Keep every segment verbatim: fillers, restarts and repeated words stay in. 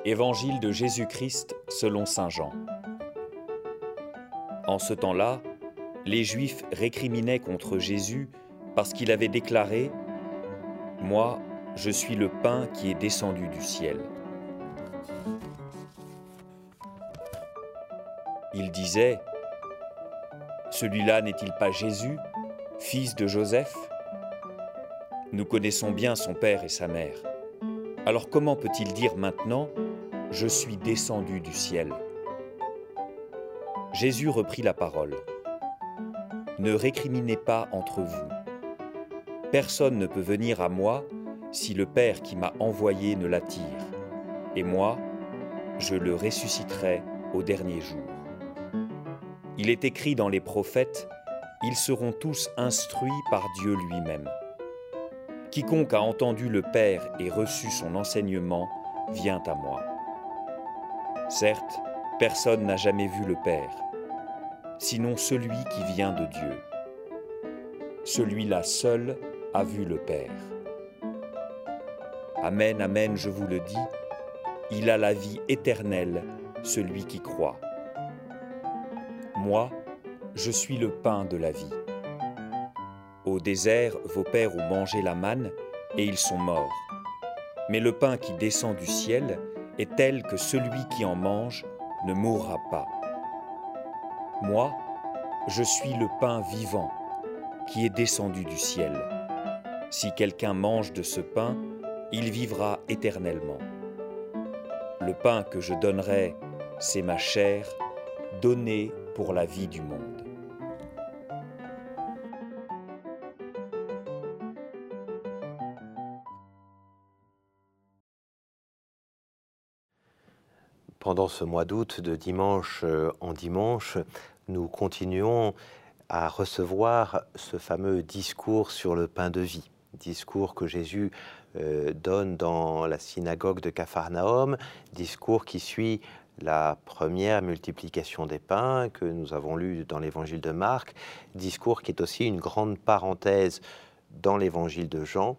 Évangile de Jésus-Christ selon saint Jean. En ce temps-là, les Juifs récriminaient contre Jésus parce qu'il avait déclaré « Moi, je suis le pain qui est descendu du ciel ». Ils disaient « Celui-là n'est-il pas Jésus, fils de Joseph ? Nous connaissons bien son père et sa mère. Alors comment peut-il dire maintenant « Je suis descendu du ciel » ? Jésus reprit la parole. « Ne récriminez pas entre vous. Personne ne peut venir à moi si le Père qui m'a envoyé ne l'attire. Et moi, je le ressusciterai au dernier jour. Il est écrit dans les prophètes, ils seront tous instruits par Dieu lui-même. Quiconque a entendu le Père et reçu son enseignement vient à moi. Certes, personne n'a jamais vu le Père, sinon celui qui vient de Dieu. Celui-là seul a vu le Père. Amen, amen, je vous le dis, il a la vie éternelle, celui qui croit. Moi, je suis le pain de la vie. Au désert, vos pères ont mangé la manne et ils sont morts. Mais le pain qui descend du ciel est tel que celui qui en mange ne mourra pas. Moi, je suis le pain vivant qui est descendu du ciel. Si quelqu'un mange de ce pain, il vivra éternellement. Le pain que je donnerai, c'est ma chair, donnée pour la vie du monde. Pendant ce mois d'août, de dimanche en dimanche, nous continuons à recevoir ce fameux discours sur le pain de vie, discours que Jésus euh, donne dans la synagogue de Capharnaüm, discours qui suit la première multiplication des pains que nous avons lu dans l'évangile de Marc, discours qui est aussi une grande parenthèse dans l'évangile de Jean,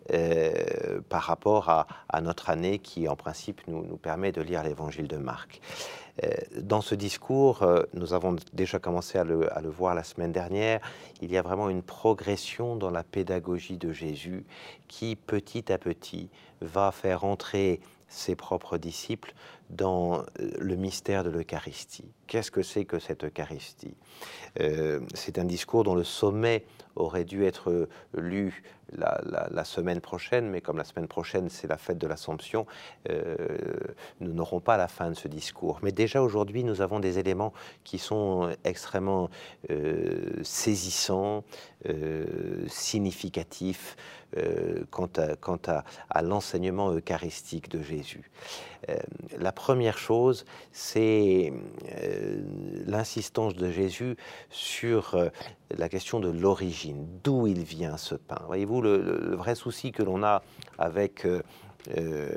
Euh, par rapport à, à notre année qui, en principe, nous, nous permet de lire l'évangile de Marc. Euh, dans ce discours, euh, nous avons déjà commencé à le, à le voir la semaine dernière, il y a vraiment une progression dans la pédagogie de Jésus qui, petit à petit, va faire entrer ses propres disciples dans le mystère de l'Eucharistie. Qu'est-ce que c'est que cette Eucharistie ? euh, C'est un discours dont le sommet aurait dû être lu la, la, la semaine prochaine, mais comme la semaine prochaine, c'est la fête de l'Assomption, euh, nous n'aurons pas la fin de ce discours. Mais déjà aujourd'hui, nous avons des éléments qui sont extrêmement euh, saisissants, euh, significatifs, Euh, quant à, quant à, à l'enseignement eucharistique de Jésus. Euh, la première chose, c'est euh, l'insistance de Jésus sur euh, la question de l'origine, d'où il vient ce pain. Voyez-vous, le, le, le vrai souci que l'on a avec euh, Euh,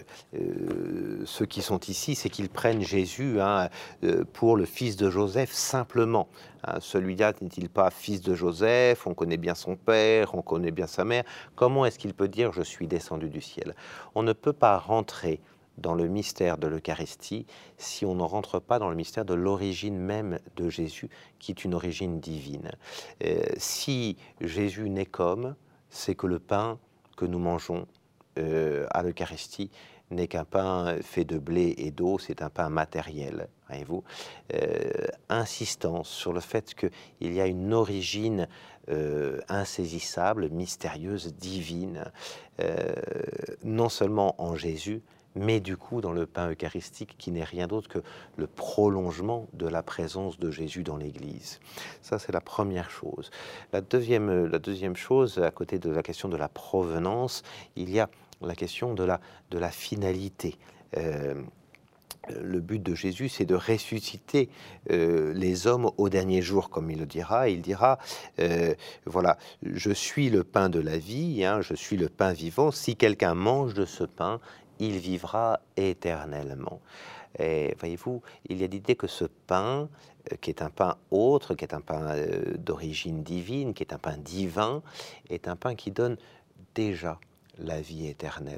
euh, ceux qui sont ici, c'est qu'ils prennent Jésus hein, euh, pour le fils de Joseph simplement. Hein, celui-là n'est-il pas fils de Joseph? On connaît bien son père, on connaît bien sa mère. Comment est-ce qu'il peut dire « je suis descendu du ciel » ? On ne peut pas rentrer dans le mystère de l'Eucharistie si on ne rentre pas dans le mystère de l'origine même de Jésus, qui est une origine divine. Euh, si Jésus naît comme, c'est que le pain que nous mangeons Euh, à l'Eucharistie n'est qu'un pain fait de blé et d'eau, c'est un pain matériel, voyez-vous. Euh, insistance sur le fait qu'il y a une origine euh, insaisissable, mystérieuse, divine, euh, non seulement en Jésus, mais du coup dans le pain eucharistique qui n'est rien d'autre que le prolongement de la présence de Jésus dans l'Église. Ça, c'est la première chose. La deuxième, la deuxième chose, à côté de la question de la provenance, il y a la question de la, de la finalité. Euh, Le but de Jésus, c'est de ressusciter euh, les hommes au dernier jour, comme il le dira. Il dira, euh, voilà, je suis le pain de la vie, hein, je suis le pain vivant. Si quelqu'un mange de ce pain, il vivra éternellement. Et voyez-vous, il y a l'idée que ce pain, euh, qui est un pain autre, qui est un pain euh, d'origine divine, qui est un pain divin, est un pain qui donne déjà la vie éternelle.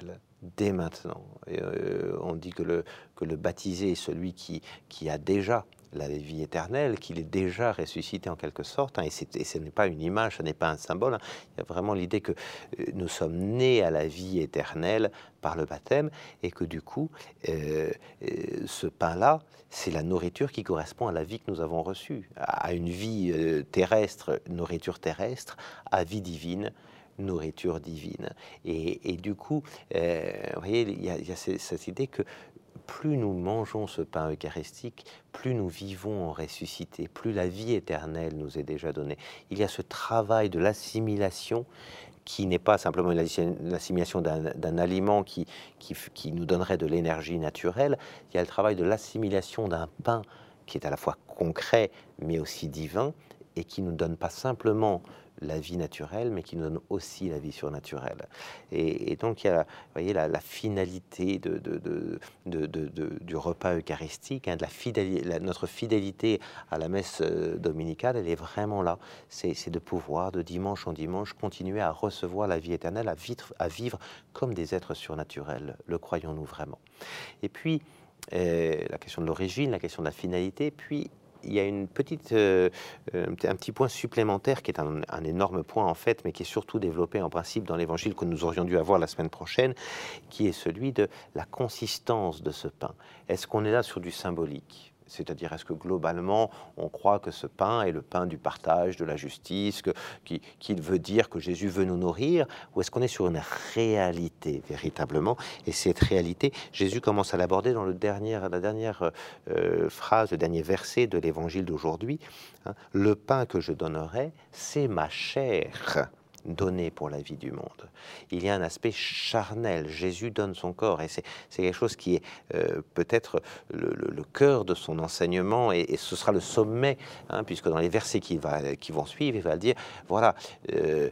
dès maintenant. Et, euh, on dit que le, que le baptisé est celui qui, qui a déjà la vie éternelle, qu'il est déjà ressuscité en quelque sorte, hein, et, et ce n'est pas une image, ce n'est pas un symbole, hein. Il y a vraiment l'idée que euh, nous sommes nés à la vie éternelle par le baptême, et que du coup, euh, euh, ce pain-là, c'est la nourriture qui correspond à la vie que nous avons reçue, à une vie euh, terrestre, nourriture terrestre, à vie divine, nourriture divine. Et, et du coup, euh, vous voyez, il y a, il y a cette idée que plus nous mangeons ce pain eucharistique, plus nous vivons en ressuscité, plus la vie éternelle nous est déjà donnée. Il y a ce travail de l'assimilation qui n'est pas simplement l'assimilation d'un aliment qui, qui, qui nous donnerait de l'énergie naturelle. Il y a le travail de l'assimilation d'un pain qui est à la fois concret mais aussi divin et qui ne nous donne pas simplement la vie naturelle, mais qui nous donne aussi la vie surnaturelle. Et, et donc, il y a, vous voyez, la, la finalité de, de, de, de, de, de, du repas eucharistique, hein, de la fidélité, la, notre fidélité à la messe dominicale, elle est vraiment là. C'est de pouvoir, de dimanche en dimanche, continuer à recevoir la vie éternelle, à vivre, à vivre comme des êtres surnaturels. Le croyons-nous vraiment? Et puis, euh, la question de l'origine, la question de la finalité, puis il y a une petite, euh, un petit point supplémentaire qui est un, un énorme point en fait, mais qui est surtout développé en principe dans l'évangile que nous aurions dû avoir la semaine prochaine, qui est celui de la consistance de ce pain. Est-ce qu'on est là sur du symbolique ? C'est-à-dire, est-ce que globalement, on croit que ce pain est le pain du partage, de la justice, qu'il qui veut dire que Jésus veut nous nourrir, ou est-ce qu'on est sur une réalité véritablement? Et cette réalité, Jésus commence à l'aborder dans le dernier, la dernière euh, phrase, le dernier verset de l'évangile d'aujourd'hui. Hein, le pain que je donnerai, c'est ma chair donné pour la vie du monde. Il y a un aspect charnel. Jésus donne son corps et c'est quelque chose qui est euh, peut-être le, le, le cœur de son enseignement et, et ce sera le sommet, hein, puisque dans les versets qui, va, qui vont suivre, il va dire, voilà, euh,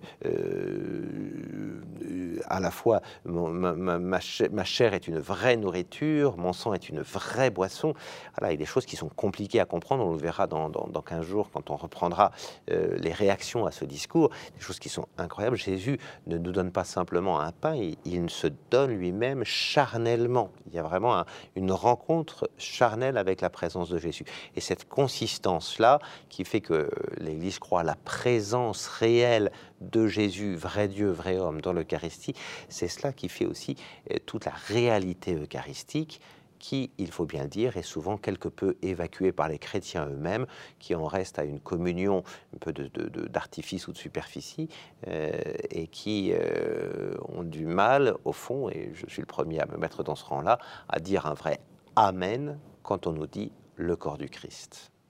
euh, à la fois mon, ma, ma, ma, chair, ma chair est une vraie nourriture, mon sang est une vraie boisson. Voilà, il y a des choses qui sont compliquées à comprendre, on le verra dans, dans, dans quinze jours quand on reprendra euh, les réactions à ce discours, des choses qui sont incroyable. Jésus ne nous donne pas simplement un pain, il, il se donne lui-même charnellement. Il y a vraiment un, une rencontre charnelle avec la présence de Jésus. Et cette consistance-là, qui fait que l'Église croit à la présence réelle de Jésus, vrai Dieu, vrai homme, dans l'Eucharistie, c'est cela qui fait aussi euh, toute la réalité eucharistique, qui, il faut bien le dire, est souvent quelque peu évacuée par les chrétiens eux-mêmes, qui en restent à une communion un peu d'artifice ou de superficie, euh, et qui euh, ont du mal, au fond, et je suis le premier à me mettre dans ce rang-là, à dire un vrai « Amen » quand on nous dit le corps du Christ.